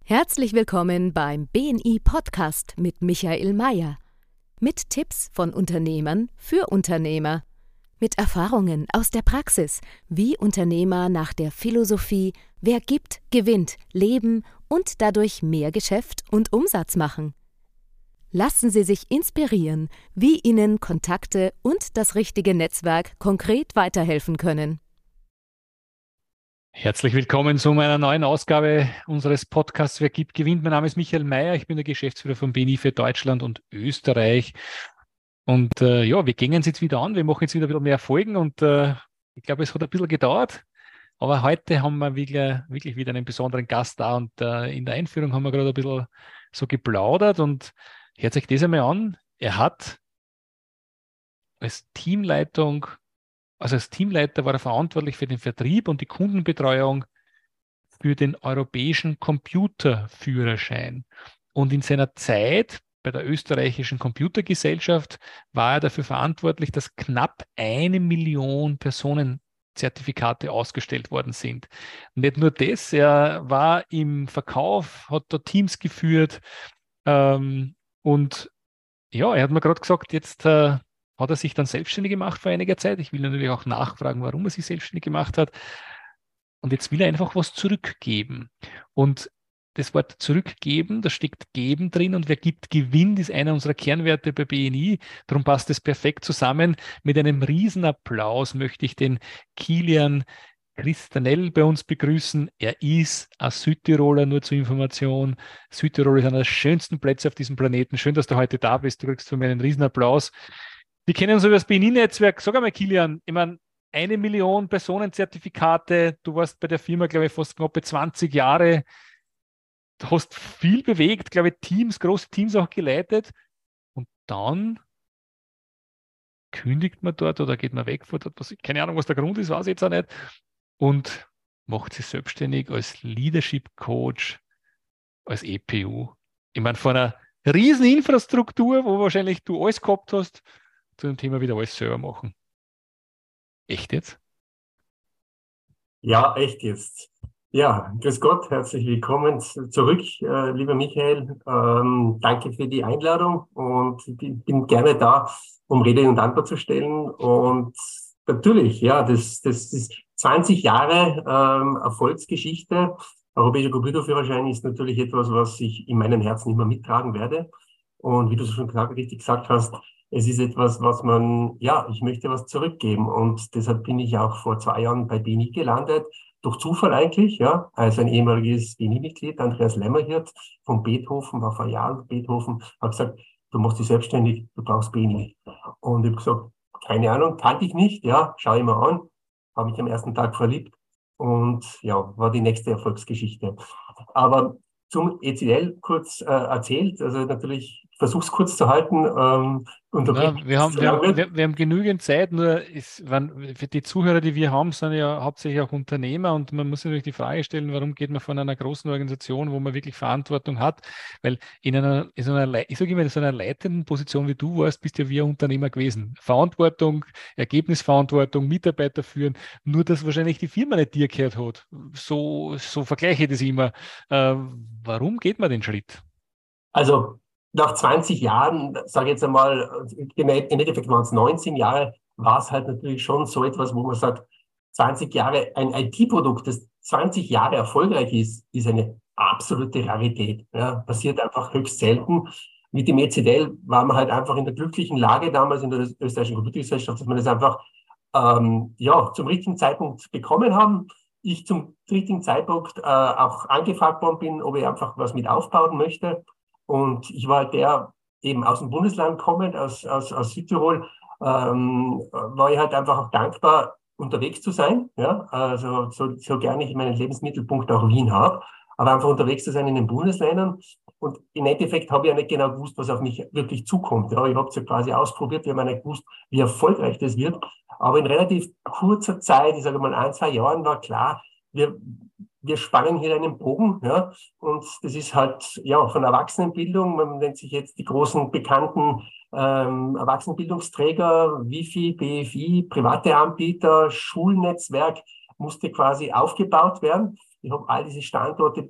Herzlich willkommen beim BNI Podcast mit Michael Mayer. Mit Tipps von Unternehmern für Unternehmer. Mit Erfahrungen aus der Praxis, wie Unternehmer nach der Philosophie „Wer gibt, gewinnt" leben und dadurch mehr Geschäft und Umsatz machen. Lassen Sie sich inspirieren, wie Ihnen Kontakte und das richtige Netzwerk konkret weiterhelfen können. Herzlich willkommen zu meiner neuen Ausgabe unseres Podcasts Wer gibt, gewinnt. Mein Name ist Michael Mayer, ich bin der Geschäftsführer von BNI für Deutschland und Österreich. Und wir gehen es jetzt wieder an, wir machen jetzt wieder ein bisschen mehr Folgen und ich glaube, es hat ein bisschen gedauert, aber heute haben wir wirklich wieder einen besonderen Gast da und in der Einführung haben wir gerade ein bisschen so geplaudert und hört sich das einmal an. Er hat als Teamleitung als Teamleiter war er verantwortlich für den Vertrieb und die Kundenbetreuung für den europäischen Computerführerschein. Und in seiner Zeit bei der österreichischen Computergesellschaft war er dafür verantwortlich, dass knapp 1 Million Personenzertifikate ausgestellt worden sind. Nicht nur das, er war im Verkauf, hat da Teams geführt und ja, er hat mir gerade gesagt, jetzt hat er sich dann selbstständig gemacht vor einiger Zeit. Ich will natürlich auch nachfragen, warum er sich selbstständig gemacht hat. Und jetzt will er einfach was zurückgeben. Und das Wort zurückgeben, da steckt geben drin und wer gibt, gewinnt, ist einer unserer Kernwerte bei BNI. Darum passt es perfekt zusammen. Mit einem Riesenapplaus möchte ich den Kilian Christanell bei uns begrüßen. Er ist ein Südtiroler, nur zur Information. Südtirol ist einer der schönsten Plätze auf diesem Planeten. Schön, dass du heute da bist. Du kriegst von mir einen Riesenapplaus. Wir kennen uns über das BNI-Netzwerk. Sag einmal, Kilian, ich meine, 1 Million Personenzertifikate. Du warst bei der Firma, glaube ich, fast knappe 20 Jahre. Du hast viel bewegt, glaube ich, große Teams auch geleitet. Und dann kündigt man dort oder geht man weg von dort. Keine Ahnung, was der Grund ist, weiß ich jetzt auch nicht. Und macht sich selbstständig als Leadership Coach, als EPU. Ich meine, von einer riesen Infrastruktur, wo wahrscheinlich du alles gehabt hast, zu dem Thema wieder alles selber machen. Echt jetzt? Ja, echt jetzt. Ja, grüß Gott, herzlich willkommen zurück, lieber Michael. Danke für die Einladung und ich bin gerne da, um Rede und Antwort zu stellen. Und natürlich, ja, das ist 20 Jahre Erfolgsgeschichte. Europäischer Computerführerschein ist natürlich etwas, was ich in meinem Herzen immer mittragen werde. Und wie du schon richtig gesagt hast, es ist etwas, ich möchte was zurückgeben. Und deshalb bin ich auch vor 2 Jahren bei BNI gelandet. Durch Zufall eigentlich, ja. Also ein ehemaliges BNI-Mitglied, Andreas Lämmerhirt von Beethoven, war vor Jahren Beethoven, hat gesagt, du machst dich selbstständig, du brauchst BNI. Und ich habe gesagt, keine Ahnung, kannte ich nicht, ja, schau ich mal an. Habe mich am ersten Tag verliebt. Und ja, war die nächste Erfolgsgeschichte. Aber zum ECL kurz erzählt, also natürlich, ich versuche es kurz zu halten. Ja, wir haben genügend Zeit, nur für die Zuhörer, die wir haben, sind ja hauptsächlich auch Unternehmer und man muss natürlich die Frage stellen, warum geht man von einer großen Organisation, wo man wirklich Verantwortung hat, weil ich sage immer, in so einer leitenden Position wie du warst, bist ja wie ein Unternehmer gewesen. Verantwortung, Ergebnisverantwortung, Mitarbeiter führen, nur dass wahrscheinlich die Firma nicht dir gehört hat. So vergleiche ich das immer. Warum geht man den Schritt? Also nach 20 Jahren, sage ich jetzt einmal, im Endeffekt waren es 19 Jahre, war es halt natürlich schon so etwas, wo man sagt, 20 Jahre, ein IT-Produkt, das 20 Jahre erfolgreich ist eine absolute Rarität. Ja, passiert einfach höchst selten. Mit dem ECDL war man halt einfach in der glücklichen Lage damals in der österreichischen Computergesellschaft, dass man das einfach zum richtigen Zeitpunkt bekommen haben. Ich zum richtigen Zeitpunkt auch angefragt worden bin, ob ich einfach was mit aufbauen möchte. Und ich war halt der, eben aus dem Bundesland kommend, aus Südtirol, war ich halt einfach auch dankbar, unterwegs zu sein. Ja, also so gerne ich meinen Lebensmittelpunkt auch Wien habe, aber einfach unterwegs zu sein in den Bundesländern. Und im Endeffekt habe ich ja nicht genau gewusst, was auf mich wirklich zukommt. Ja, ich habe es ja quasi ausprobiert, wir haben ja nicht gewusst, wie erfolgreich das wird. Aber in relativ kurzer Zeit, ich sage mal 1, 2 Jahren, war klar, wir spannen hier einen Bogen, ja, und das ist halt, ja, von Erwachsenenbildung, man nennt sich jetzt die großen bekannten Erwachsenenbildungsträger, Wifi, BFI, private Anbieter, Schulnetzwerk musste quasi aufgebaut werden. Ich habe all diese Standorte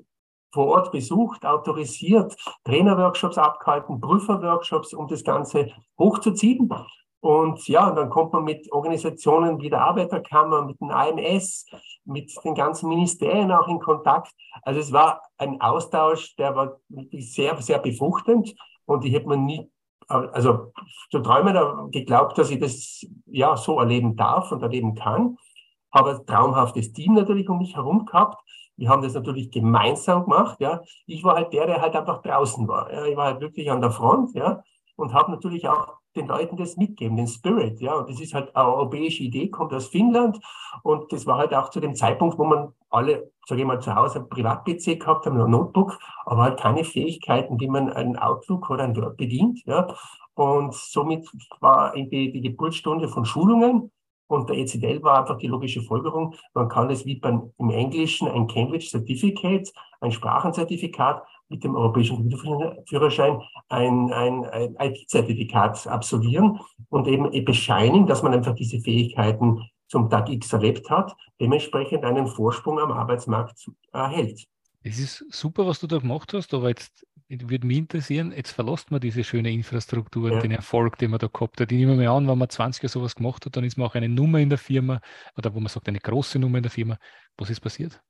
vor Ort besucht, autorisiert, Trainerworkshops abgehalten, Prüferworkshops, um das Ganze hochzuziehen. Und ja, dann kommt man mit Organisationen wie der Arbeiterkammer, mit dem AMS, mit den ganzen Ministerien auch in Kontakt. Also es war ein Austausch, der war wirklich sehr, sehr befruchtend. Und ich hätte mir nie, also zu träumen geglaubt, dass ich das ja so erleben darf und erleben kann. Habe ein traumhaftes Team natürlich um mich herum gehabt. Wir haben das natürlich gemeinsam gemacht. Ja. Ich war halt der halt einfach draußen war. Ja. Ich war halt wirklich an der Front, ja, und habe natürlich auch den Leuten das mitgeben, den Spirit, ja. Und das ist halt eine europäische Idee, kommt aus Finnland. Und das war halt auch zu dem Zeitpunkt, wo man alle, sage ich mal, zu Hause ein Privat-PC gehabt haben, ein Notebook, aber halt keine Fähigkeiten, wie man einen Outlook oder ein Word bedient, ja. Und somit war die Geburtsstunde von Schulungen. Und der ECDL war einfach die logische Folgerung. Man kann es wie im Englischen ein Cambridge Certificate, ein Sprachenzertifikat mit dem europäischen Computerführerschein ein IT-Zertifikat absolvieren und eben bescheinigen, dass man einfach diese Fähigkeiten zum Tag X erlebt hat, dementsprechend einen Vorsprung am Arbeitsmarkt erhält. Es ist super, was du da gemacht hast, aber jetzt würde mich interessieren, jetzt verlässt man diese schöne Infrastruktur und den Erfolg, den man da gehabt hat. Ich nehme mir an, wenn man 20 Jahre sowas gemacht hat, dann ist man auch eine Nummer in der Firma oder wo man sagt, eine große Nummer in der Firma. Was ist passiert?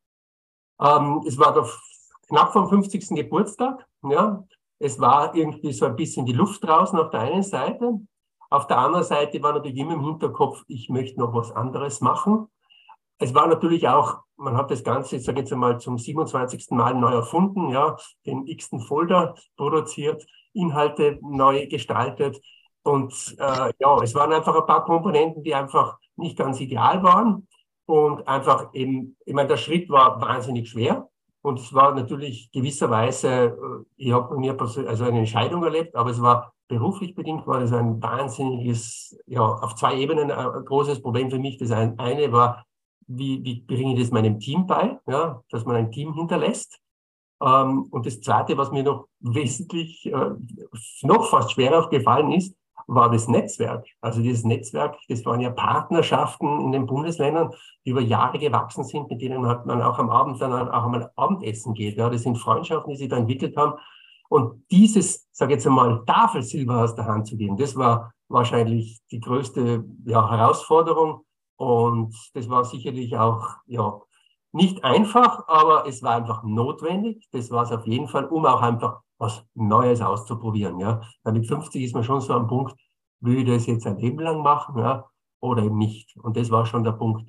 Es war der knapp vom 50. Geburtstag. Ja. Es war irgendwie so ein bisschen die Luft draußen auf der einen Seite. Auf der anderen Seite war natürlich immer im Hinterkopf, ich möchte noch was anderes machen. Es war natürlich auch, man hat das Ganze, ich sage jetzt einmal, zum 27. Mal neu erfunden, ja, den x-ten Folder produziert, Inhalte neu gestaltet. Und ja, es waren einfach ein paar Komponenten, die einfach nicht ganz ideal waren. Und einfach eben, ich meine, der Schritt war wahnsinnig schwer. Und es war natürlich gewisserweise, ich habe bei mir also eine Entscheidung erlebt, aber es war beruflich bedingt, war das ein wahnsinniges, ja, auf zwei Ebenen ein großes Problem für mich. Das eine war, wie bringe ich das meinem Team bei, ja, dass man ein Team hinterlässt. Und das Zweite, was mir noch wesentlich, noch fast schwerer gefallen ist, war das Netzwerk. Also dieses Netzwerk, das waren ja Partnerschaften in den Bundesländern, die über Jahre gewachsen sind, mit denen man auch am Abend dann auch einmal Abendessen geht. Ja, das sind Freundschaften, die sich da entwickelt haben. Und dieses, sage ich jetzt einmal, Tafelsilber aus der Hand zu geben, das war wahrscheinlich die größte Herausforderung. Und das war sicherlich auch, ja, nicht einfach, aber es war einfach notwendig. Das war es auf jeden Fall, um auch einfach was Neues auszuprobieren. Ja. Weil mit 50 ist man schon so am Punkt, will ich das jetzt ein Leben lang machen, ja, oder eben nicht. Und das war schon der Punkt,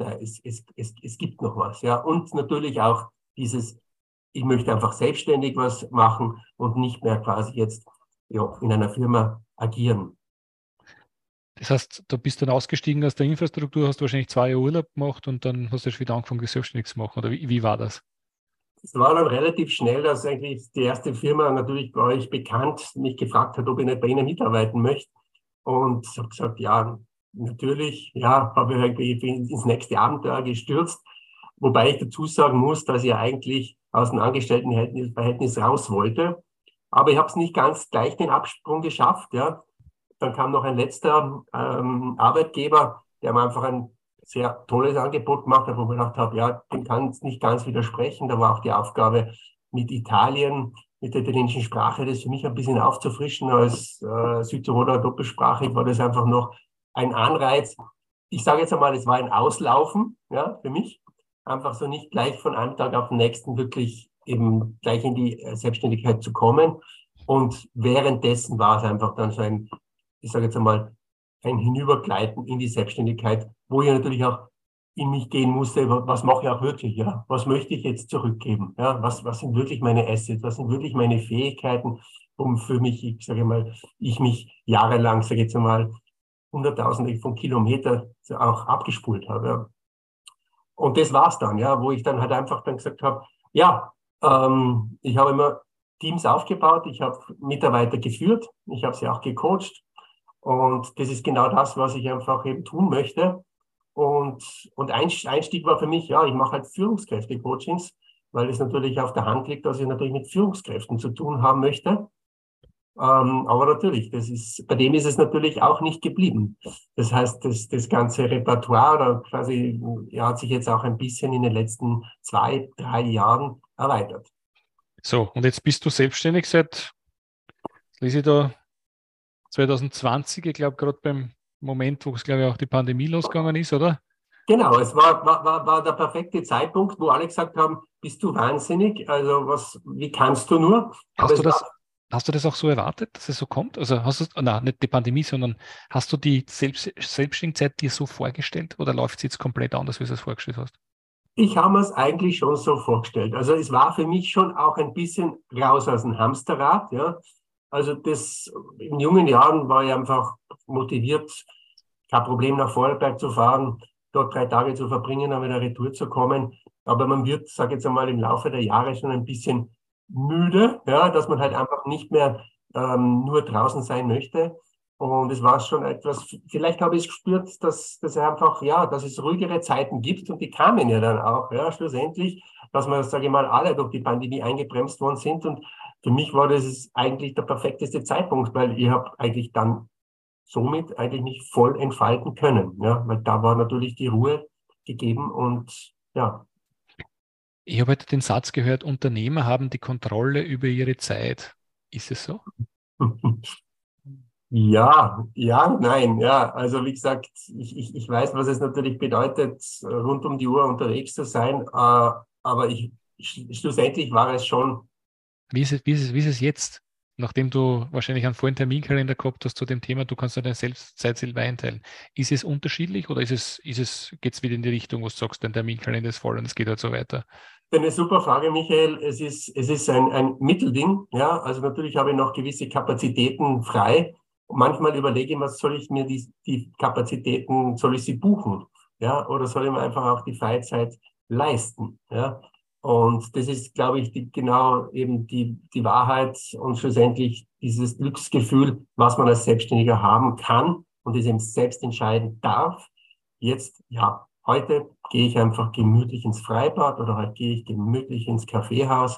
es gibt noch was. Ja. Und natürlich auch dieses, ich möchte einfach selbstständig was machen und nicht mehr quasi jetzt ja, in einer Firma agieren. Das heißt, du bist dann ausgestiegen aus der Infrastruktur, hast wahrscheinlich 2 Jahre Urlaub gemacht und dann hast du schon wieder angefangen, das selbstständig zu machen. Oder wie war das? Es war dann relativ schnell, dass eigentlich die erste Firma natürlich bei euch bekannt mich gefragt hat, ob ich nicht bei Ihnen mitarbeiten möchte. Und ich habe gesagt, ja, natürlich, ja, habe ich irgendwie ins nächste Abenteuer gestürzt. Wobei ich dazu sagen muss, dass ich eigentlich aus dem Angestelltenverhältnis raus wollte. Aber ich habe es nicht ganz gleich den Absprung geschafft, ja. Dann kam noch ein letzter Arbeitgeber, der mir einfach ein sehr tolles Angebot gemacht hat, wo ich gedacht habe, ja, dem kann es nicht ganz widersprechen. Da war auch die Aufgabe mit Italien, mit der italienischen Sprache, das für mich ein bisschen aufzufrischen. Als Südtiroler doppelsprachig war das einfach noch ein Anreiz. Ich sage jetzt einmal, es war ein Auslaufen, ja, für mich. Einfach so nicht gleich von einem Tag auf den nächsten wirklich eben gleich in die Selbstständigkeit zu kommen. Und währenddessen war es einfach dann so ein, ich sage jetzt einmal, ein Hinübergleiten in die Selbstständigkeit, wo ich natürlich auch in mich gehen musste, was mache ich auch wirklich, ja? Was möchte ich jetzt zurückgeben? Ja? Was sind wirklich meine Assets? Was sind wirklich meine Fähigkeiten, um für mich, ich sage mal, ich mich jahrelang, sage ich jetzt einmal, Hunderttausende von Kilometern auch abgespult habe. Ja? Und das war's dann, ja, wo ich dann halt einfach dann gesagt habe, ja, ich habe immer Teams aufgebaut, ich habe Mitarbeiter geführt, ich habe sie auch gecoacht. Und das ist genau das, was ich einfach eben tun möchte. Und Einstieg war für mich, ja, ich mache halt Führungskräfte-Coachings, weil es natürlich auf der Hand liegt, dass ich natürlich mit Führungskräften zu tun haben möchte. Aber natürlich, bei dem ist es natürlich auch nicht geblieben. Das heißt, das ganze Repertoire oder quasi, ja, hat sich jetzt auch ein bisschen in den letzten 2, 3 Jahren erweitert. So, und jetzt bist du selbstständig seit, lese ich da, 2020, ich glaube gerade beim Moment, wo es, glaube ich, auch die Pandemie losgegangen ist, oder? Genau, es war der perfekte Zeitpunkt, wo alle gesagt haben, bist du wahnsinnig? Also wie kannst du nur? Aber Hast du es war das, hast du das auch so erwartet, dass es so kommt? Also hast du, na, nicht die Pandemie, sondern hast du die Selbstständigkeit dir so vorgestellt oder läuft es jetzt komplett anders, wie du es vorgestellt hast? Ich habe mir es eigentlich schon so vorgestellt. Also es war für mich schon auch ein bisschen raus aus dem Hamsterrad. Ja. Also das in jungen Jahren war ich einfach motiviert, kein Problem nach Vorarlberg zu fahren, dort 3 Tage zu verbringen, dann wieder retour zu kommen. Aber man wird, sage ich jetzt einmal, im Laufe der Jahre schon ein bisschen müde, ja, dass man halt einfach nicht mehr nur draußen sein möchte. Und es war schon etwas, vielleicht habe ich gespürt, dass einfach, ja, dass es ruhigere Zeiten gibt und die kamen ja dann auch, ja, schlussendlich, dass wir, sage ich mal, alle durch die Pandemie eingebremst worden sind. Und für mich war das eigentlich der perfekteste Zeitpunkt, weil ich habe eigentlich dann somit eigentlich mich voll entfalten können, ja, weil da war natürlich die Ruhe gegeben und ja. Ich habe heute den Satz gehört, Unternehmer haben die Kontrolle über ihre Zeit. Ist es so? Ja, ja, nein, ja. Also wie gesagt, ich weiß, was es natürlich bedeutet, rund um die Uhr unterwegs zu sein, aber schlussendlich war es schon. Wie ist es jetzt? Nachdem du wahrscheinlich einen vollen Terminkalender gehabt hast zu dem Thema, du kannst deine Selbstzeit selber einteilen. Ist es unterschiedlich oder geht es wieder in die Richtung, wo du sagst, dein Terminkalender ist voll und es geht halt so weiter? Eine super Frage, Michael. Es ist ein Mittelding. Ja, also natürlich habe ich noch gewisse Kapazitäten frei. Und manchmal überlege ich mir, soll ich mir die Kapazitäten, soll ich sie buchen? Ja, oder soll ich mir einfach auch die Freizeit leisten? Ja, und das ist, glaube ich, genau eben die Wahrheit und schlussendlich dieses Glücksgefühl, was man als Selbstständiger haben kann und es eben selbst entscheiden darf. Jetzt, ja, heute gehe ich einfach gemütlich ins Freibad oder heute gehe ich gemütlich ins Kaffeehaus.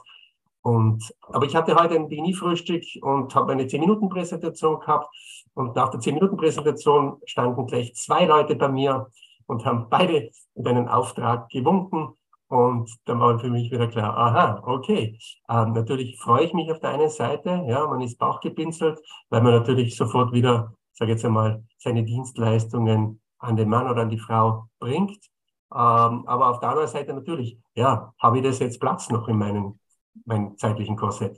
Aber ich hatte heute ein Bini-Frühstück und habe eine 10-Minuten-Präsentation gehabt. Und nach der 10-Minuten-Präsentation standen gleich 2 Leute bei mir und haben beide mit einem Auftrag gewunken. Und dann war für mich wieder klar, aha, okay. Natürlich freue ich mich auf der einen Seite, ja, man ist bauchgepinselt, weil man natürlich sofort wieder, sage jetzt einmal, seine Dienstleistungen an den Mann oder an die Frau bringt. Aber auf der anderen Seite natürlich, ja, habe ich das jetzt Platz noch in meinem zeitlichen Korsett.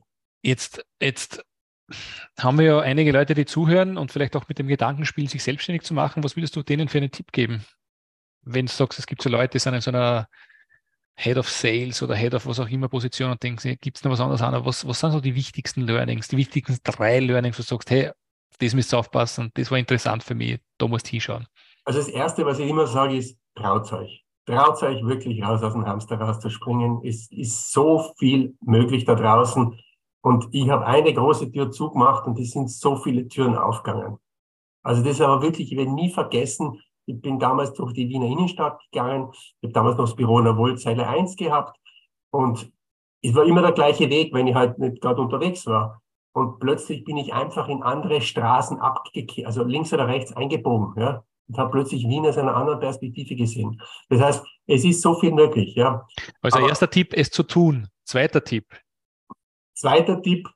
Jetzt haben wir ja einige Leute, die zuhören und vielleicht auch mit dem Gedankenspiel, sich selbstständig zu machen. Was würdest du denen für einen Tipp geben? Wenn du sagst, es gibt so Leute, die sind in so einer Head of Sales oder Head of was auch immer Position und denken sich, gibt es noch was anderes an? Aber was sind so die wichtigsten Learnings, die wichtigsten 3 Learnings, wo du sagst, hey, das müsst ihr aufpassen, das war interessant für mich, da musst du hinschauen. Also das Erste, was ich immer sage, ist, traut euch. Traut euch wirklich raus aus dem Hamsterrad zu springen. Es ist so viel möglich da draußen. Und ich habe eine große Tür zugemacht und es sind so viele Türen aufgegangen. Also das ist aber wirklich, ich werde nie vergessen, ich bin damals durch die Wiener Innenstadt gegangen. Ich habe damals noch das Büro in der Wohlzeile 1 gehabt. Und es war immer der gleiche Weg, wenn ich halt nicht gerade unterwegs war. Und plötzlich bin ich einfach in andere Straßen abgekehrt, also links oder rechts eingebogen, ja. Und habe plötzlich Wien aus einer anderen Perspektive gesehen. Das heißt, es ist so viel möglich, ja. Also Aber erster Tipp, es zu tun. Zweiter Tipp. zweiter Tipp,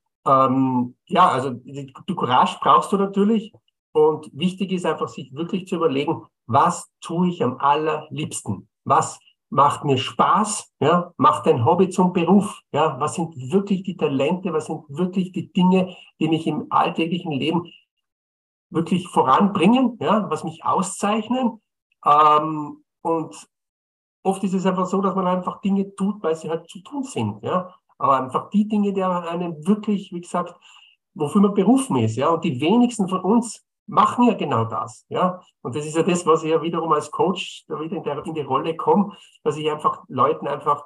ja, also die Courage brauchst du natürlich. Und wichtig ist einfach, sich wirklich zu überlegen, was tue ich am allerliebsten? Was macht mir Spaß? Ja, macht dein Hobby zum Beruf? Ja, was sind wirklich die Talente? Was sind wirklich die Dinge, die mich im alltäglichen Leben wirklich voranbringen? Ja, was mich auszeichnen? Und oft ist es einfach so, dass man einfach Dinge tut, weil sie halt zu tun sind, ja. Aber einfach die Dinge, die einem wirklich, wie gesagt, wofür man berufen ist, ja. Und die wenigsten von uns machen ja genau das, ja. Und das ist ja das, was ich ja wiederum als Coach da wieder in die Rolle komme, dass ich einfach Leuten einfach,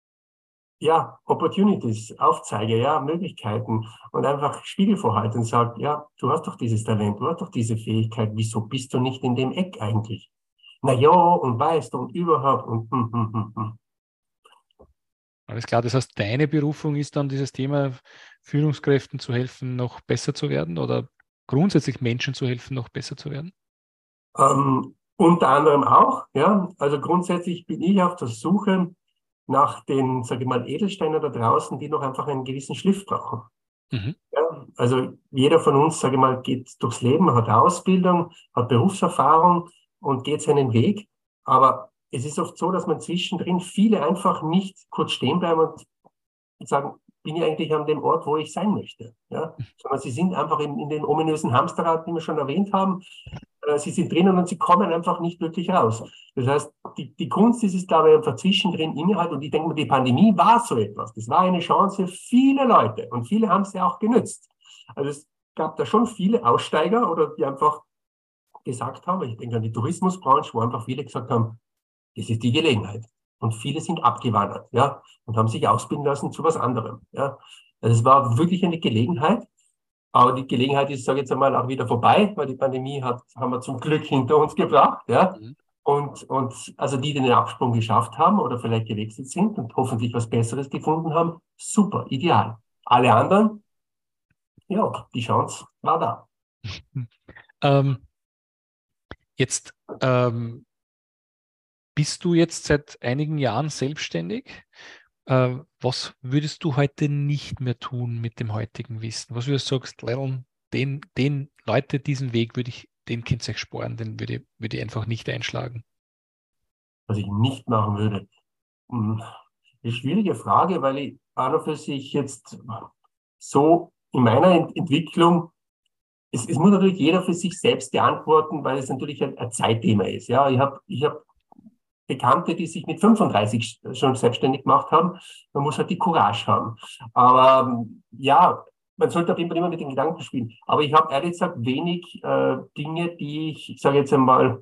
ja, Opportunities aufzeige, ja, Möglichkeiten und einfach Spiegel vorhalte und sage, ja, du hast doch dieses Talent, du hast doch diese Fähigkeit, wieso bist du nicht in dem Eck eigentlich? Na ja, und weißt du, und überhaupt und. Alles klar, das heißt, deine Berufung ist dann dieses Thema, Führungskräften zu helfen, noch besser zu werden oder grundsätzlich Menschen zu helfen, noch besser zu werden? Unter anderem auch, ja. Also grundsätzlich bin ich auf der Suche nach den, sage ich mal, Edelsteinen da draußen, die noch einfach einen gewissen Schliff brauchen. Mhm. Ja, also jeder von uns, sage ich mal, geht durchs Leben, hat Ausbildung, hat Berufserfahrung und geht seinen Weg. Aber es ist oft so, dass man zwischendrin viele einfach nicht kurz stehen bleiben und sagen, bin ich eigentlich an dem Ort, wo ich sein möchte? Ja? Sondern sie sind einfach in den ominösen Hamsterrad, den wir schon erwähnt haben. Sie sind drinnen und sie kommen einfach nicht wirklich raus. Das heißt, die Kunst ist es, glaube ich, einfach zwischendrin innehat. Und ich denke mal, die Pandemie war so etwas. Das war eine Chance für viele Leute. Und viele haben es ja auch genützt. Also es gab da schon viele Aussteiger oder die einfach gesagt haben, ich denke an die Tourismusbranche, wo einfach viele gesagt haben, das ist die Gelegenheit. Und viele sind abgewandert, ja, und haben sich ausbilden lassen zu was anderem, ja. Also es war wirklich eine Gelegenheit. Aber die Gelegenheit ist, sage ich jetzt einmal, auch wieder vorbei, weil die Pandemie haben wir zum Glück hinter uns gebracht, ja. Mhm. Und also die den Absprung geschafft haben oder vielleicht gewechselt sind und hoffentlich was Besseres gefunden haben, super, ideal. Alle anderen, ja, die Chance war da. Ähm, jetzt bist du jetzt seit einigen Jahren selbstständig. Was würdest du heute nicht mehr tun mit dem heutigen Wissen? Was würdest du sagen, den Leute diesen Weg den könnt ihr euch sparen, den würde ich einfach nicht einschlagen. Was ich nicht machen würde. Eine schwierige Frage, weil ich an und für sich jetzt so in meiner Entwicklung, es muss natürlich jeder für sich selbst beantworten, weil es natürlich ein Zeitthema ist. Ja, ich hab Bekannte, die sich mit 35 schon selbstständig gemacht haben. Man muss halt die Courage haben. Aber ja, man sollte auf jeden Fall immer mit den Gedanken spielen. Aber ich habe ehrlich gesagt wenig Dinge, die ich sage jetzt einmal,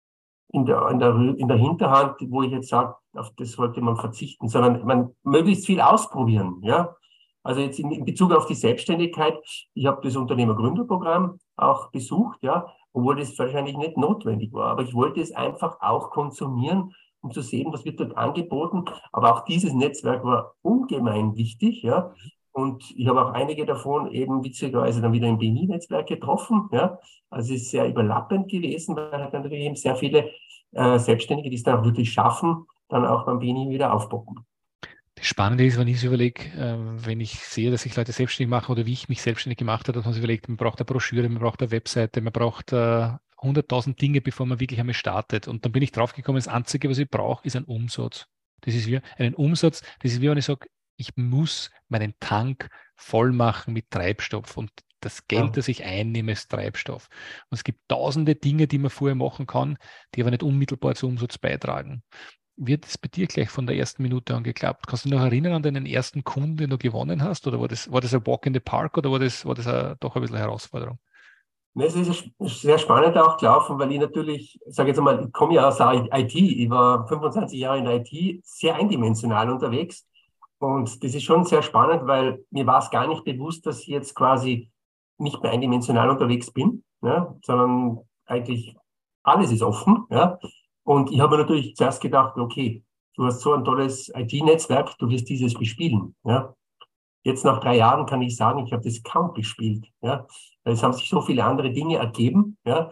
in der Hinterhand, wo ich jetzt sage, auf das sollte man verzichten, sondern man möglichst viel ausprobieren. Ja? Also jetzt in Bezug auf die Selbstständigkeit, ich habe das Unternehmergründerprogramm auch besucht, ja, obwohl das wahrscheinlich nicht notwendig war. Aber ich wollte es einfach auch konsumieren, um zu sehen, was wird dort angeboten. Aber auch dieses Netzwerk war ungemein wichtig, ja. Und ich habe auch einige davon eben witzigerweise dann wieder im BNI-Netzwerk getroffen, ja. Also es ist sehr überlappend gewesen, weil halt natürlich eben sehr viele Selbstständige, die es dann auch wirklich schaffen, dann auch beim BNI wieder aufpoppen. Das Spannende ist, wenn ich es überlege, wenn ich sehe, dass sich Leute selbstständig machen oder wie ich mich selbstständig gemacht habe, dass man sich überlegt, man braucht eine Broschüre, man braucht eine Webseite, man braucht 100.000 Dinge, bevor man wirklich einmal startet. Und dann bin ich draufgekommen, das Einzige, was ich brauche, ist ein Umsatz. Das ist wie einen Umsatz, das ist wie wenn ich sage, ich muss meinen Tank voll machen mit Treibstoff und das Geld, Ja. das ich einnehme, ist Treibstoff. Und es gibt tausende Dinge, die man vorher machen kann, die aber nicht unmittelbar zum Umsatz beitragen. Wird es bei dir gleich von der ersten Minute an geklappt? Kannst du dich noch erinnern an deinen ersten Kunden, den du gewonnen hast? Oder war das ein Walk in the Park oder war das doch ein bisschen eine Herausforderung? Es ist sehr spannend auch gelaufen, weil ich natürlich, sage jetzt mal, ich komme ja aus der IT, ich war 25 Jahre in der IT, sehr eindimensional unterwegs. Und das ist schon sehr spannend, weil mir war es gar nicht bewusst, dass ich jetzt quasi nicht mehr eindimensional unterwegs bin, ja, sondern eigentlich alles ist offen. Ja. Und ich habe mir natürlich zuerst gedacht, okay, du hast so ein tolles IT-Netzwerk, du wirst dieses bespielen. Ja. Jetzt nach 3 Jahren kann ich sagen, ich habe das kaum bespielt. Ja. Es haben sich so viele andere Dinge ergeben, ja,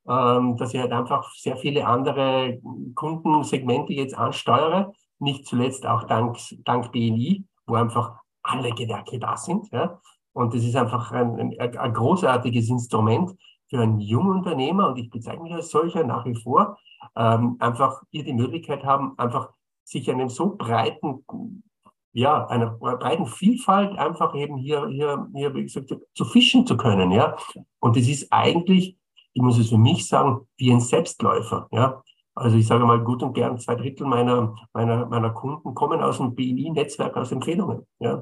dass ich halt einfach sehr viele andere Kundensegmente jetzt ansteuere. Nicht zuletzt auch dank BNI, wo einfach alle Gewerke da sind. Ja. Und das ist einfach ein großartiges Instrument für einen jungen Unternehmer, und ich bezeichne mich als solcher nach wie vor, einfach hier die Möglichkeit haben, einfach sich einem so breiten, ja, einer breiten Vielfalt einfach eben hier, wie gesagt, zu fischen zu können, ja. Und das ist eigentlich, ich muss es für mich sagen, wie ein Selbstläufer, ja. Also ich sage mal, gut und gern 2/3 meiner Kunden kommen aus dem BNI-Netzwerk, aus Empfehlungen, ja.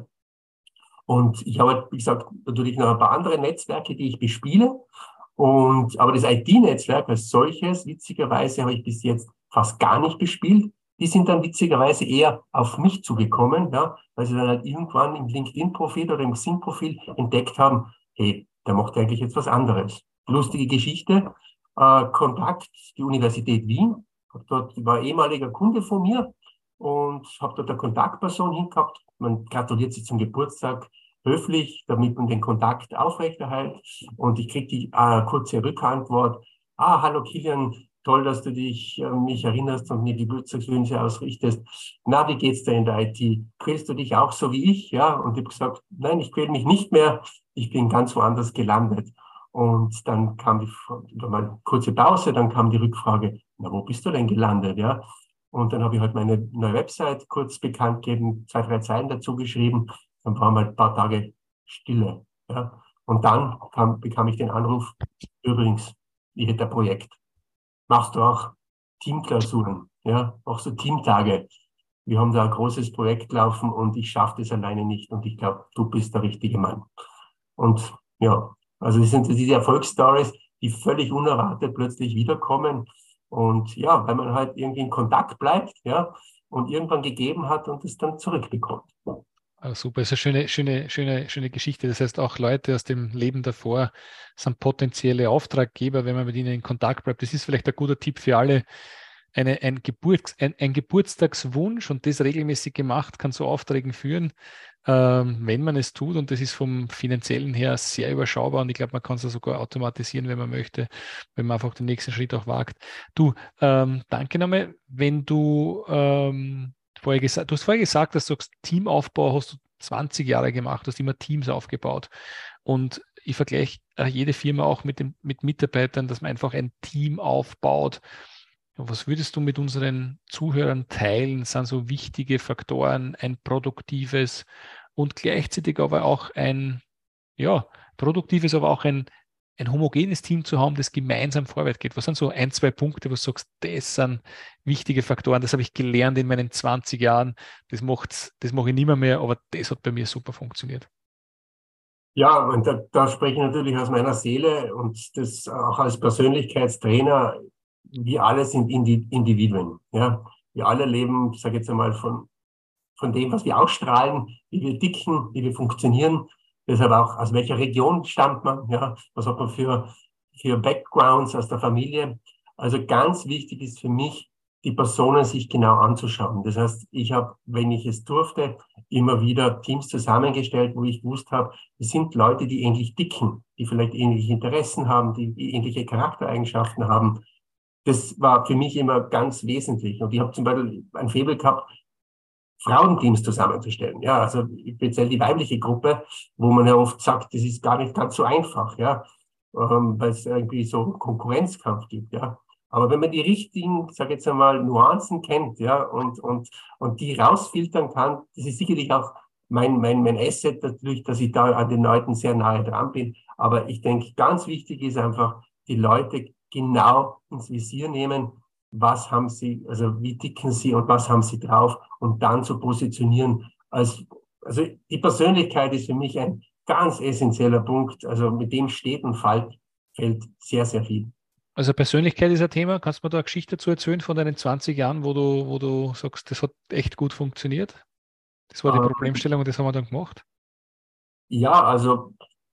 Und ich habe, wie gesagt, natürlich noch ein paar andere Netzwerke, die ich bespiele. Aber das IT-Netzwerk als solches, witzigerweise, habe ich bis jetzt fast gar nicht bespielt. Die sind dann witzigerweise eher auf mich zugekommen, ja, weil sie dann halt irgendwann im LinkedIn-Profil oder im Xing-Profil entdeckt haben, hey, der macht eigentlich jetzt was anderes. Lustige Geschichte, Kontakt, die Universität Wien, dort war ehemaliger Kunde von mir und habe dort eine Kontaktperson hingehabt. Man gratuliert sich zum Geburtstag höflich, damit man den Kontakt aufrechterhält. Und ich kriege die kurze Rückantwort. Hallo Kilian, toll, dass du dich an mich erinnerst und mir Geburtstagswünsche ausrichtest. Na, wie geht's dir in der IT? Quälst du dich auch so wie ich? Ja, und ich habe gesagt, nein, ich quäle mich nicht mehr. Ich bin ganz woanders gelandet. Und dann kam mal eine kurze Pause, dann kam die Rückfrage, na, wo bist du denn gelandet? Ja, und dann habe ich halt meine neue Website kurz bekannt gegeben, 2, 3 Zeilen dazu geschrieben. Dann waren mal ein paar Tage Stille. Ja, und dann bekam ich den Anruf, übrigens, ich hätte ein Projekt. Machst du auch Teamklausuren, ja, auch so Teamtage. Wir haben da ein großes Projekt laufen und ich schaffe das alleine nicht und ich glaube, du bist der richtige Mann. Und ja, also das sind diese Erfolgsstories, die völlig unerwartet plötzlich wiederkommen. Und ja, weil man halt irgendwie in Kontakt bleibt, ja, und irgendwann gegeben hat und es dann zurückbekommt. Ah, super, ist eine schöne Geschichte. Das heißt, auch Leute aus dem Leben davor sind potenzielle Auftraggeber, wenn man mit ihnen in Kontakt bleibt. Das ist vielleicht ein guter Tipp für alle. Ein Geburtstagswunsch und das regelmäßig gemacht, kann zu Aufträgen führen, wenn man es tut. Und das ist vom Finanziellen her sehr überschaubar. Und ich glaube, man kann es sogar automatisieren, wenn man möchte, wenn man einfach den nächsten Schritt auch wagt. Du, danke nochmal, wenn du du hast vorher gesagt, dass du sagst, Teamaufbau hast du 20 Jahre gemacht, hast immer Teams aufgebaut. Und ich vergleiche jede Firma auch mit Mitarbeitern, dass man einfach ein Team aufbaut. Was würdest du mit unseren Zuhörern teilen? Sind so wichtige Faktoren, ein produktives und gleichzeitig aber auch ja, produktives, aber auch ein homogenes Team zu haben, das gemeinsam vorwärts geht? Was sind so ein, zwei Punkte, wo du sagst, das sind wichtige Faktoren, das habe ich gelernt in meinen 20 Jahren, das mache ich nicht mehr, aber das hat bei mir super funktioniert. Ja, und da spreche ich natürlich aus meiner Seele und das auch als Persönlichkeitstrainer. Wir alle sind Individuen. Ja, wir alle leben, ich sage jetzt einmal, von dem, was wir ausstrahlen, wie wir dicken, wie wir funktionieren. Deshalb auch, aus welcher Region stammt man, ja, was hat man für Backgrounds aus der Familie. Also ganz wichtig ist für mich, die Personen sich genau anzuschauen. Das heißt, ich habe, wenn ich es durfte, immer wieder Teams zusammengestellt, wo ich gewusst habe, es sind Leute, die ähnlich dicken, die vielleicht ähnliche Interessen haben, die ähnliche Charaktereigenschaften haben. Das war für mich immer ganz wesentlich. Und ich habe zum Beispiel ein Faible gehabt, Frauenteams zusammenzustellen. Ja, also speziell die weibliche Gruppe, wo man ja oft sagt, das ist gar nicht ganz so einfach, ja, weil es irgendwie so Konkurrenzkampf gibt, ja. Aber wenn man die richtigen, sage jetzt einmal, Nuancen kennt, ja, und die rausfiltern kann, das ist sicherlich auch mein Asset natürlich, dass ich da an den Leuten sehr nahe dran bin. Aber ich denke, ganz wichtig ist einfach, die Leute genau ins Visier nehmen, was haben sie, also wie dicken sie und was haben sie drauf und dann zu positionieren. Also die Persönlichkeit ist für mich ein ganz essentieller Punkt. Also mit dem steht und fällt sehr, sehr viel. Also Persönlichkeit ist ein Thema. Kannst du mir da eine Geschichte dazu erzählen von deinen 20 Jahren, wo du sagst, das hat echt gut funktioniert? Das war die Ähm, Problemstellung und das haben wir dann gemacht. ja, also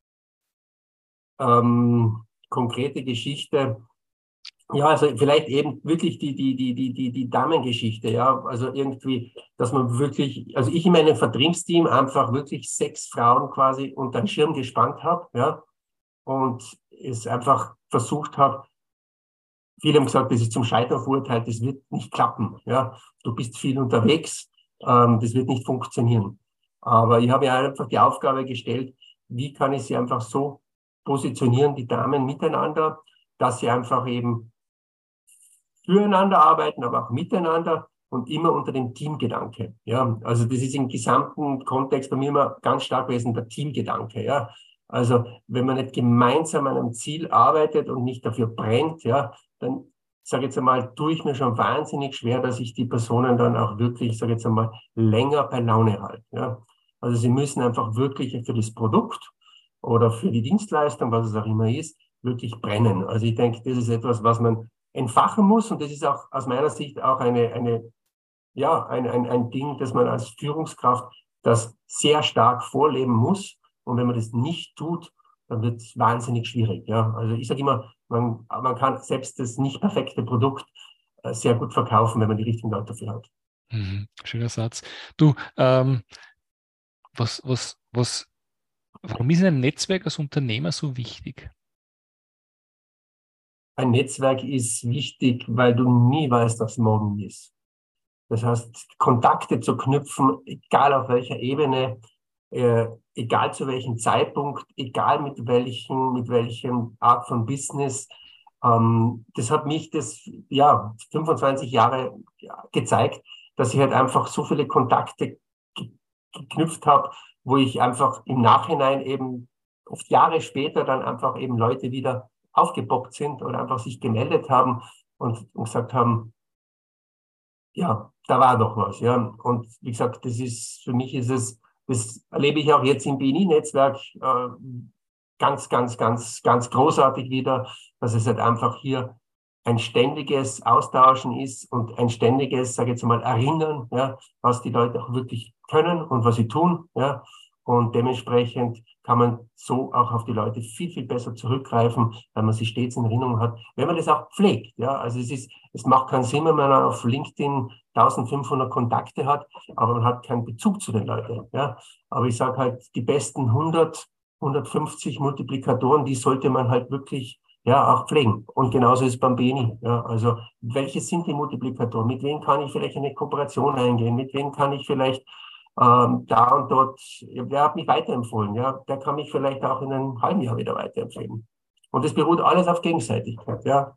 konkrete Geschichte. Ja, also vielleicht eben wirklich die Damengeschichte, ja. Also irgendwie, dass man wirklich, also ich in meinem Vertriebsteam einfach wirklich 6 Frauen quasi unter den Schirm gespannt habe, ja. Und es einfach versucht habe, viele haben gesagt, das ist zum Scheitern verurteilt, das wird nicht klappen, ja. Du bist viel unterwegs, das wird nicht funktionieren. Aber ich habe ja einfach die Aufgabe gestellt, wie kann ich sie einfach so positionieren, die Damen miteinander, dass sie einfach eben füreinander arbeiten, aber auch miteinander und immer unter dem Teamgedanke. Ja, also das ist im gesamten Kontext bei mir immer ganz stark gewesen, der Teamgedanke. Ja, also wenn man nicht gemeinsam an einem Ziel arbeitet und nicht dafür brennt, ja, dann sage jetzt einmal, tue ich mir schon wahnsinnig schwer, dass ich die Personen dann auch wirklich, sage jetzt einmal, länger bei Laune halte. Ja, also sie müssen einfach wirklich für das Produkt oder für die Dienstleistung, was es auch immer ist, wirklich brennen. Also ich denke, das ist etwas, was man entfachen muss. Und das ist auch aus meiner Sicht auch ein Ding, dass man als Führungskraft das sehr stark vorleben muss. Und wenn man das nicht tut, dann wird es wahnsinnig schwierig. Ja, also ich sage immer, man kann selbst das nicht perfekte Produkt sehr gut verkaufen, wenn man die richtigen Leute dafür hat. Mhm. Schöner Satz. Du, was, was, was, warum ist ein Netzwerk als Unternehmer so wichtig? ein Netzwerk ist wichtig, weil du nie weißt, was morgen ist. Das heißt, Kontakte zu knüpfen, egal auf welcher Ebene, egal zu welchem Zeitpunkt, egal mit welchem Art von Business. Das hat mich 25 Jahre gezeigt, dass ich halt einfach so viele Kontakte geknüpft habe, wo ich einfach im Nachhinein eben oft Jahre später dann einfach eben Leute wieder aufgepoppt sind oder einfach sich gemeldet haben und gesagt haben, ja, da war doch was, ja. Und wie gesagt, für mich das erlebe ich auch jetzt im BNI-Netzwerk ganz, ganz, ganz, ganz großartig wieder, dass es halt einfach hier ein ständiges Austauschen ist und ein ständiges, sage ich jetzt mal, Erinnern, ja, was die Leute auch wirklich können und was sie tun, ja. Und dementsprechend kann man so auch auf die Leute viel, viel besser zurückgreifen, weil man sie stets in Erinnerung hat, wenn man das auch pflegt, ja. Also es macht keinen Sinn, wenn man auf LinkedIn 1500 Kontakte hat, aber man hat keinen Bezug zu den Leuten, ja. Aber ich sage halt, die besten 150 Multiplikatoren, die sollte man halt wirklich auch pflegen. Und genauso ist es beim BNI. Ja, also welche sind die Multiplikatoren? Mit wem kann ich vielleicht eine Kooperation eingehen? Mit wem kann ich vielleicht da und dort, wer hat mich weiterempfohlen? Ja, der kann mich vielleicht auch in einem halben Jahr wieder weiterempfehlen. Und das beruht alles auf Gegenseitigkeit. Ja.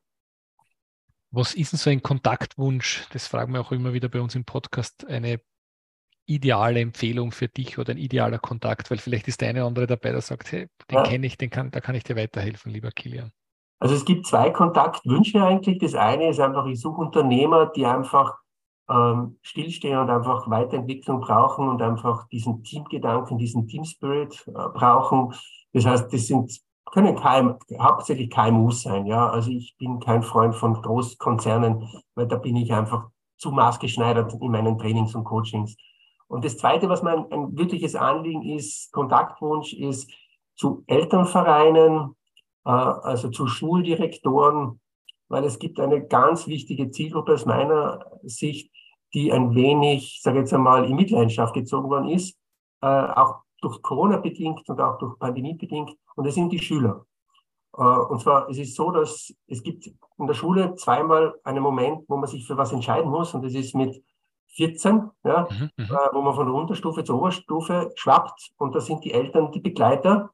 Was ist denn so ein Kontaktwunsch? Das fragen wir auch immer wieder bei uns im Podcast. Eine ideale Empfehlung für dich oder ein idealer Kontakt, weil vielleicht ist der eine oder andere dabei, der sagt, hey, den kenne ich, da kann ich dir weiterhelfen, lieber Kilian. Also es gibt zwei Kontaktwünsche eigentlich. Das eine ist einfach, ich suche Unternehmer, die einfach stillstehen und einfach Weiterentwicklung brauchen und einfach diesen Teamgedanken, diesen Teamspirit brauchen. Das heißt, können hauptsächlich KMUs sein. Ja, also ich bin kein Freund von Großkonzernen, weil da bin ich einfach zu maßgeschneidert in meinen Trainings und Coachings. Und das Zweite, was mein ein wirkliches Anliegen ist, Kontaktwunsch, ist zu Elternvereinen, also zu Schuldirektoren, weil es gibt eine ganz wichtige Zielgruppe aus meiner Sicht, die ein wenig, sage ich jetzt einmal, in Mitleidenschaft gezogen worden ist, auch durch Corona bedingt und auch durch Pandemie bedingt, und das sind die Schüler. Und zwar, es ist so, dass es gibt in der Schule zweimal einen Moment, wo man sich für was entscheiden muss, und das ist mit 14, ja, wo man von der Unterstufe zur Oberstufe schwappt, und da sind die Eltern die Begleiter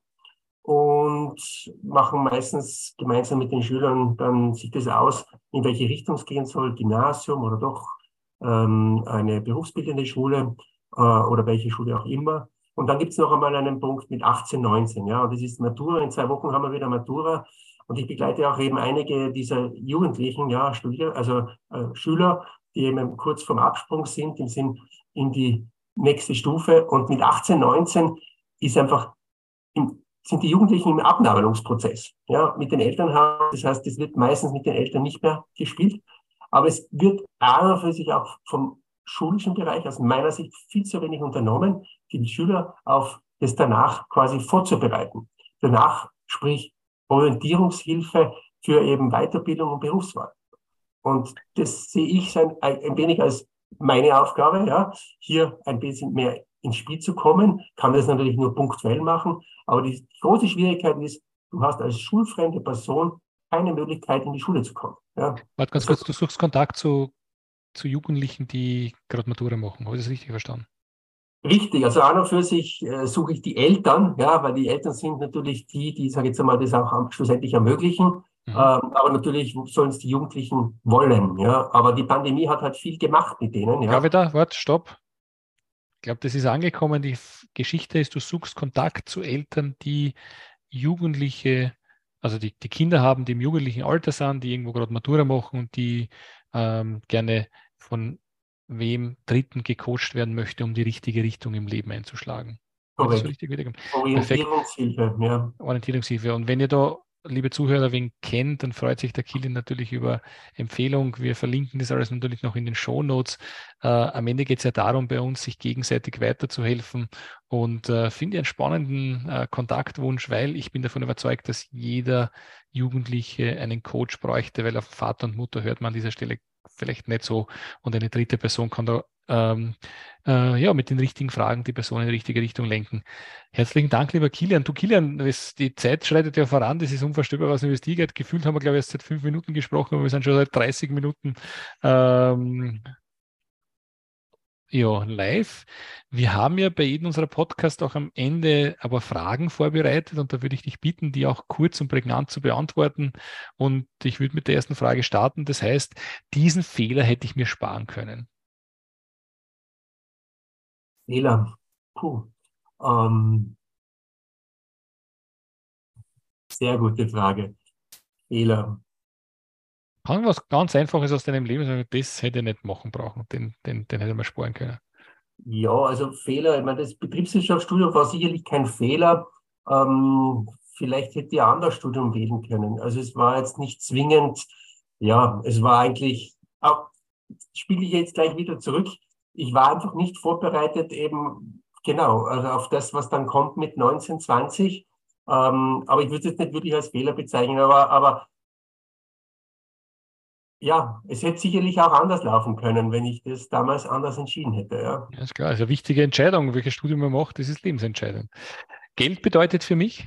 und machen meistens gemeinsam mit den Schülern dann sich das aus, in welche Richtung es gehen soll, Gymnasium oder doch eine berufsbildende Schule oder welche Schule auch immer. Und dann gibt es noch einmal einen Punkt mit 18, 19, ja, und das ist Matura. In 2 Wochen haben wir wieder Matura, und ich begleite auch eben einige dieser Jugendlichen, ja, Schüler, die eben kurz vorm Absprung sind, in die nächste Stufe. Und mit 18, 19 ist einfach sind die Jugendlichen im Abnabelungsprozess, ja, mit den Eltern haben. Das heißt, es wird meistens mit den Eltern nicht mehr gespielt, aber es wird an und für sich auch vom schulischen Bereich aus meiner Sicht viel zu wenig unternommen, die Schüler auf das danach quasi vorzubereiten. Danach, sprich Orientierungshilfe für eben Weiterbildung und Berufswahl. Und das sehe ich ein wenig als meine Aufgabe, ja, hier ein bisschen mehr ins Spiel zu kommen, kann das natürlich nur punktuell machen, aber die große Schwierigkeit ist, du hast als schulfremde Person keine Möglichkeit, in die Schule zu kommen. Ja. Warte ganz kurz, du suchst Kontakt zu Jugendlichen, die gerade Matura machen. Habe ich das richtig verstanden? Richtig, also an und für sich suche ich die Eltern, ja, weil die Eltern sind natürlich die, sage ich jetzt einmal, das auch schlussendlich ermöglichen. Aber natürlich sollen es die Jugendlichen wollen, ja. Aber die Pandemie hat halt viel gemacht mit denen, ja. Stopp. Ich glaube, das ist angekommen. Die Geschichte ist, du suchst Kontakt zu Eltern, die Jugendliche, also die Kinder haben, die im jugendlichen Alter sind, die irgendwo gerade Matura machen und die gerne von wem Dritten gecoacht werden möchte, um die richtige Richtung im Leben einzuschlagen. Korrekt. So richtig wiedergegeben. Orientierungshilfe, ja. Orientierungshilfe. Und wenn ihr da, liebe Zuhörer, wen kennt, dann freut sich der Kilian natürlich über Empfehlung. Wir verlinken das alles natürlich noch in den Shownotes. Am Ende geht es ja darum, bei uns sich gegenseitig weiterzuhelfen, und finde ich einen spannenden Kontaktwunsch, weil ich bin davon überzeugt, dass jeder Jugendliche einen Coach bräuchte, weil auf Vater und Mutter hört man an dieser Stelle vielleicht nicht so. Und eine dritte Person kann da mit den richtigen Fragen die Person in die richtige Richtung lenken. Herzlichen Dank, lieber Kilian. Du, Kilian, die Zeit schreitet ja voran, das ist unvorstellbar, was über die geht. Gefühlt haben wir, glaube ich, erst seit 5 Minuten gesprochen, aber wir sind schon seit 30 Minuten live. Wir haben ja bei jedem unserer Podcasts auch am Ende aber Fragen vorbereitet und da würde ich dich bitten, die auch kurz und prägnant zu beantworten. Und ich würde mit der ersten Frage starten. Das heißt, diesen Fehler hätte ich mir sparen können. Fehler. Puh. Ähm, Sehr gute Frage. Fehler. Kann was ganz Einfaches aus deinem Leben sagen, das hätte ich nicht machen brauchen, den hätte man sparen können. Ja, also Fehler, ich meine, das Betriebswirtschaftsstudium war sicherlich kein Fehler. Vielleicht hätte ich ein anderes Studium wählen können. Also es war jetzt nicht zwingend, ja, es war eigentlich, spiele ich jetzt gleich wieder zurück. Ich war einfach nicht vorbereitet eben, genau, also auf das, was dann kommt mit 19, 20. Aber ich würde es jetzt nicht wirklich als Fehler bezeichnen, aber ja, es hätte sicherlich auch anders laufen können, wenn ich das damals anders entschieden hätte, ja. Ja, ist klar, also eine wichtige Entscheidung, welches Studium man macht, das ist lebensentscheidend. Geld bedeutet für mich,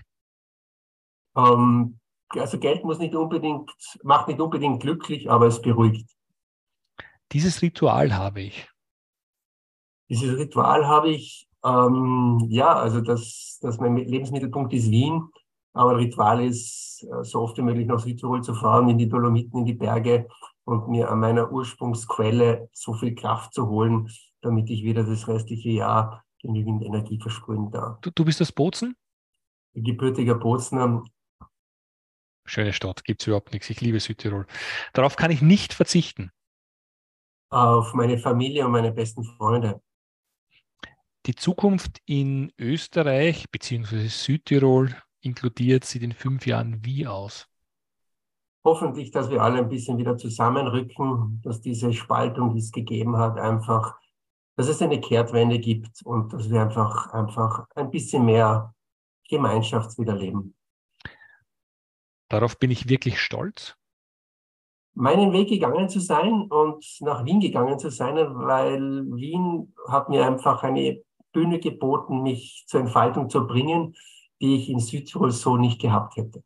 Also Geld macht nicht unbedingt glücklich, aber es beruhigt. dieses Ritual habe ich. Dieses Ritual habe ich, also dass mein Lebensmittelpunkt ist Wien, aber Ritual ist, so oft wie möglich nach Südtirol zu fahren, in die Dolomiten, in die Berge und mir an meiner Ursprungsquelle so viel Kraft zu holen, damit ich wieder das restliche Jahr genügend Energie versprühen darf. Du bist aus Bozen? Gebürtiger Bozner. Schöne Stadt, gibt es überhaupt nichts. Ich liebe Südtirol. Darauf kann ich nicht verzichten. Auf meine Familie und meine besten Freunde. Die Zukunft in Österreich bzw. Südtirol inkludiert sieht in 5 Jahren wie aus? Hoffentlich, dass wir alle ein bisschen wieder zusammenrücken, dass diese Spaltung, die es gegeben hat, einfach, dass es eine Kehrtwende gibt und dass wir einfach ein bisschen mehr Gemeinschaftswieder leben. Darauf bin ich wirklich stolz. Meinen Weg gegangen zu sein und nach Wien gegangen zu sein, weil Wien hat mir einfach eine Bühne geboten, mich zur Entfaltung zu bringen, die ich in Südtirol so nicht gehabt hätte.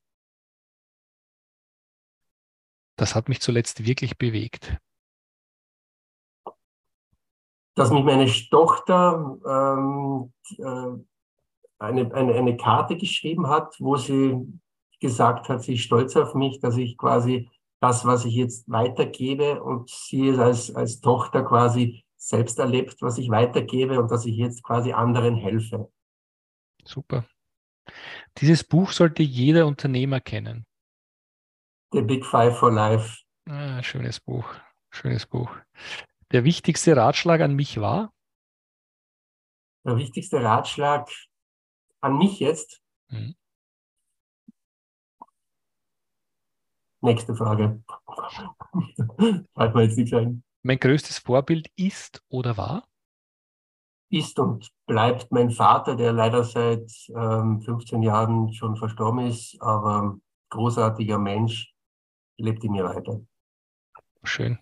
Das hat mich zuletzt wirklich bewegt. Dass mich meine Tochter eine Karte geschrieben hat, wo sie gesagt hat, sie ist stolz auf mich, dass ich quasi das, was ich jetzt weitergebe und sie es als Tochter quasi selbst erlebt, was ich weitergebe und dass ich jetzt quasi anderen helfe. Super. Dieses Buch sollte jeder Unternehmer kennen. The Big Five for Life. Schönes Buch. Schönes Buch. Der wichtigste Ratschlag an mich war? Der wichtigste Ratschlag an mich jetzt. Nächste Frage. Fällt mir jetzt nicht ein. Mein größtes Vorbild ist oder war? Ist und bleibt mein Vater, der leider seit 15 Jahren schon verstorben ist, aber großartiger Mensch, lebt in mir weiter. Schön.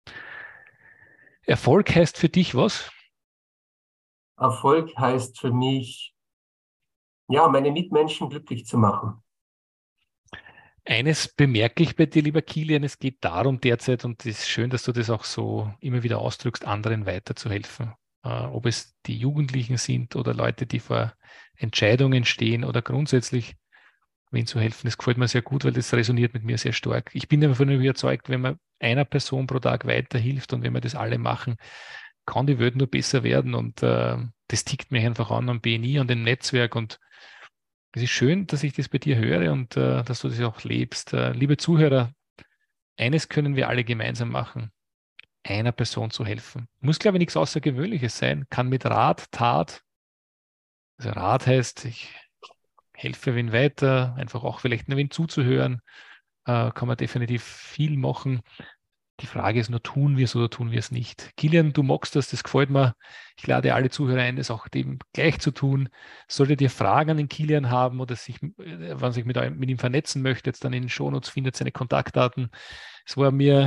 Erfolg heißt für dich was? Erfolg heißt für mich, ja, meine Mitmenschen glücklich zu machen. Eines bemerke ich bei dir, lieber Kilian, es geht darum derzeit, und es ist schön, dass du das auch so immer wieder ausdrückst, anderen weiterzuhelfen. Ob es die Jugendlichen sind oder Leute, die vor Entscheidungen stehen oder grundsätzlich wen zu helfen. Das gefällt mir sehr gut, weil das resoniert mit mir sehr stark. Ich bin davon überzeugt, wenn man einer Person pro Tag weiterhilft und wenn wir das alle machen, kann die Welt nur besser werden. Und das tickt mich einfach an am BNI, an dem Netzwerk. Und es ist schön, dass ich das bei dir höre und dass du das auch lebst. Liebe Zuhörer, eines können wir alle gemeinsam machen, einer Person zu helfen. Muss, glaube ich, nichts Außergewöhnliches sein, kann mit Rat, Tat, also Rat heißt, ich helfe wen weiter, einfach auch vielleicht nur wen zuzuhören, kann man definitiv viel machen. Die Frage ist nur, tun wir es oder tun wir es nicht? Kilian, du magst das gefällt mir. Ich lade alle Zuhörer ein, das auch dem gleich zu tun. Solltet ihr Fragen an den Kilian haben oder wenn sich mit ihm vernetzen möchtet, dann in den Shownotes findet seine Kontaktdaten. Es war mir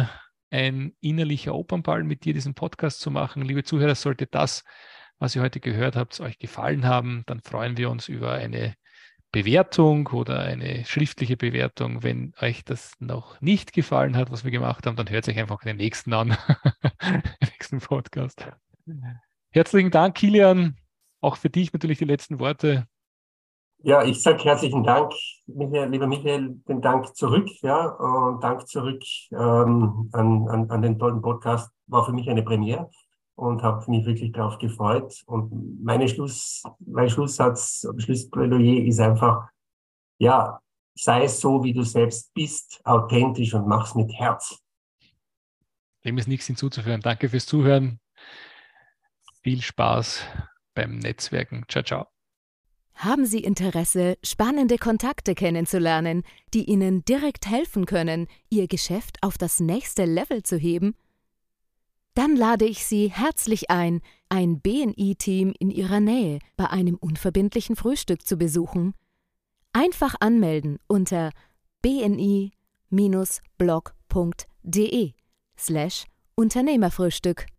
ein innerlicher Opernball, mit dir diesen Podcast zu machen. Liebe Zuhörer, sollte das, was ihr heute gehört habt, euch gefallen haben, dann freuen wir uns über eine Bewertung oder eine schriftliche Bewertung. Wenn euch das noch nicht gefallen hat, was wir gemacht haben, dann hört euch einfach den nächsten an, den nächsten Podcast. Herzlichen Dank, Kilian. Auch für dich natürlich die letzten Worte. Ja, ich sage herzlichen Dank, Michael, lieber Michael, den Dank zurück, ja, und Dank zurück an den tollen Podcast. War für mich eine Premiere und habe mich wirklich darauf gefreut. Und mein Schlussplädoyer ist einfach, ja, sei so, wie du selbst bist, authentisch und mach's mit Herz. Dem ist nichts hinzuzufügen. Danke fürs Zuhören. Viel Spaß beim Netzwerken. Ciao, ciao. Haben Sie Interesse, spannende Kontakte kennenzulernen, die Ihnen direkt helfen können, Ihr Geschäft auf das nächste Level zu heben? Dann lade ich Sie herzlich ein BNI-Team in Ihrer Nähe bei einem unverbindlichen Frühstück zu besuchen. Einfach anmelden unter bni-blog.de/Unternehmerfrühstück.